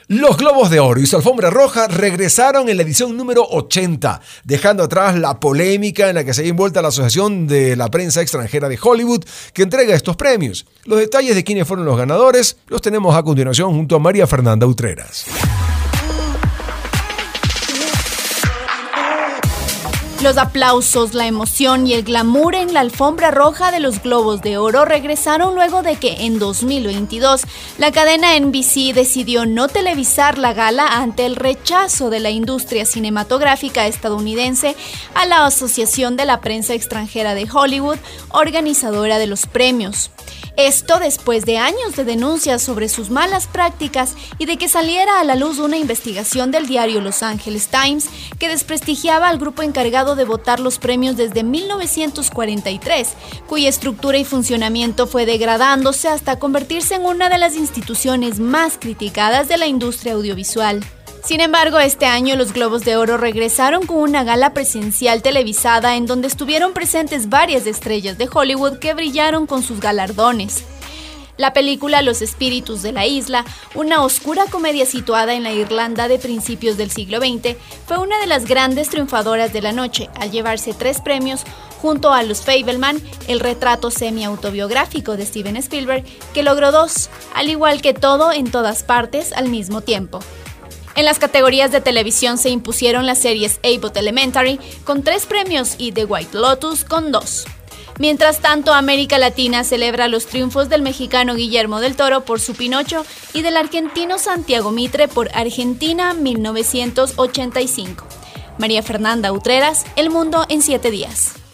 Los Globos de Oro y su alfombra roja regresaron en la edición número 80, dejando atrás la polémica en la que se ha envuelta la Asociación de la Prensa Extranjera de Hollywood, que entrega estos premios. Los detalles de quiénes fueron los ganadores los tenemos a continuación junto a María Fernanda Utreras. Los aplausos, la emoción y el glamour en la alfombra roja de los Globos de Oro regresaron luego de que en 2022 la cadena NBC decidió no televisar la gala ante el rechazo de la industria cinematográfica estadounidense a la Asociación de la Prensa Extranjera de Hollywood, organizadora de los premios. Esto después de años de denuncias sobre sus malas prácticas y de que saliera a la luz una investigación del diario Los Angeles Times que desprestigiaba al grupo encargado de votar los premios desde 1943, cuya estructura y funcionamiento fue degradándose hasta convertirse en una de las instituciones más criticadas de la industria audiovisual. Sin embargo, este año los Globos de Oro regresaron con una gala presencial televisada en donde estuvieron presentes varias estrellas de Hollywood que brillaron con sus galardones. La película Los Espíritus de la Isla, una oscura comedia situada en la Irlanda de principios del siglo XX, fue una de las grandes triunfadoras de la noche, al llevarse 3 premios junto a Los Fabelman, el retrato semi-autobiográfico de Steven Spielberg, que logró 2, al igual que Todo en todas partes al mismo tiempo. En las categorías de televisión se impusieron las series Abbott Elementary con 3 premios y The White Lotus con 2. Mientras tanto, América Latina celebra los triunfos del mexicano Guillermo del Toro por su Pinocho y del argentino Santiago Mitre por Argentina 1985. María Fernanda Utreras, El Mundo en 7 días.